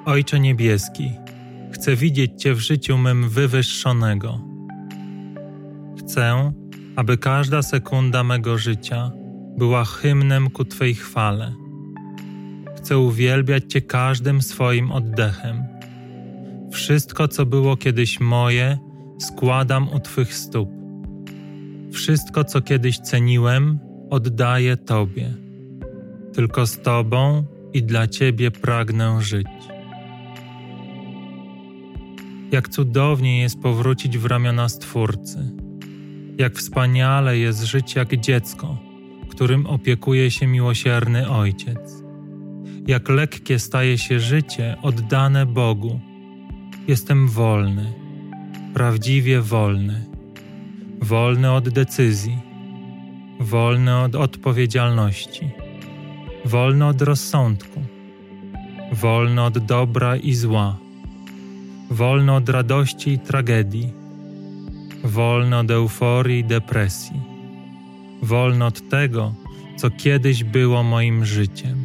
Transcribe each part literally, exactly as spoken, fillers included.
Ojcze Niebieski, chcę widzieć Cię w życiu mym wywyższonego. Chcę, aby każda sekunda mego życia była hymnem ku Twej chwale. Chcę uwielbiać Cię każdym swoim oddechem. Wszystko, co było kiedyś moje, składam u Twych stóp. Wszystko, co kiedyś ceniłem, oddaję Tobie. Tylko z Tobą i dla Ciebie pragnę żyć. Jak cudownie jest powrócić w ramiona Stwórcy. Jak wspaniale jest żyć jak dziecko, którym opiekuje się miłosierny Ojciec. Jak lekkie staje się życie oddane Bogu. Jestem wolny, prawdziwie wolny. Wolny od decyzji, wolny od odpowiedzialności, wolny od rozsądku, wolny od dobra i zła, wolny od radości i tragedii, wolny od euforii i depresji, wolny od tego, co kiedyś było moim życiem.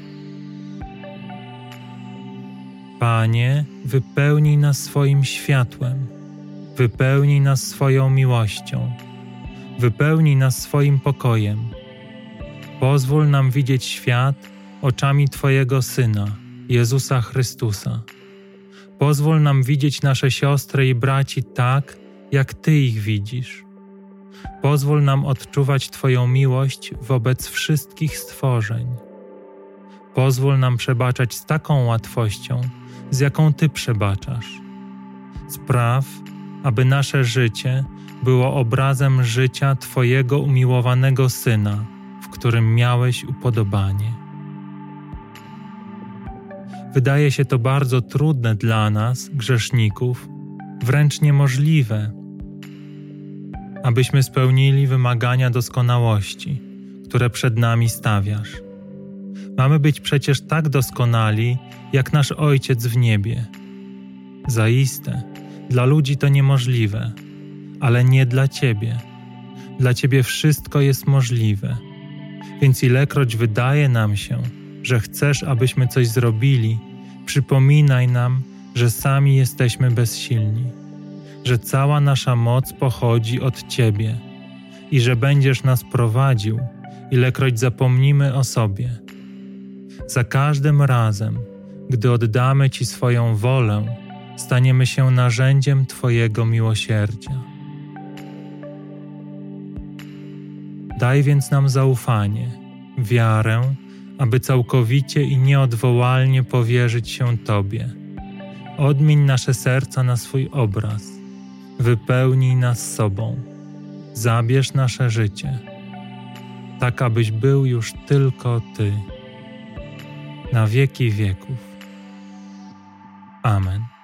Panie, wypełnij nas swoim światłem, wypełnij nas swoją miłością, wypełnij nas swoim pokojem. Pozwól nam widzieć świat oczami Twojego Syna, Jezusa Chrystusa. Pozwól nam widzieć nasze siostry i braci tak, jak Ty ich widzisz. Pozwól nam odczuwać Twoją miłość wobec wszystkich stworzeń. Pozwól nam przebaczać z taką łatwością, z jaką Ty przebaczasz. Spraw, aby nasze życie było obrazem życia Twojego umiłowanego Syna, w którym miałeś upodobanie. Wydaje się to bardzo trudne dla nas, grzeszników, wręcz niemożliwe, abyśmy spełnili wymagania doskonałości, które przed nami stawiasz. Mamy być przecież tak doskonali, jak nasz Ojciec w niebie. Zaiste, dla ludzi to niemożliwe, ale nie dla Ciebie. Dla Ciebie wszystko jest możliwe. Więc ilekroć wydaje nam się, że chcesz, abyśmy coś zrobili, przypominaj nam, że sami jesteśmy bezsilni, że cała nasza moc pochodzi od Ciebie i że będziesz nas prowadził, ilekroć zapomnimy o sobie. Za każdym razem, gdy oddamy Ci swoją wolę, staniemy się narzędziem Twojego miłosierdzia. Daj więc nam zaufanie, wiarę, aby całkowicie i nieodwołalnie powierzyć się Tobie. Odmień nasze serca na swój obraz. Wypełnij nas sobą. Zabierz nasze życie, tak abyś był już tylko Ty. Na wieki wieków. Amen.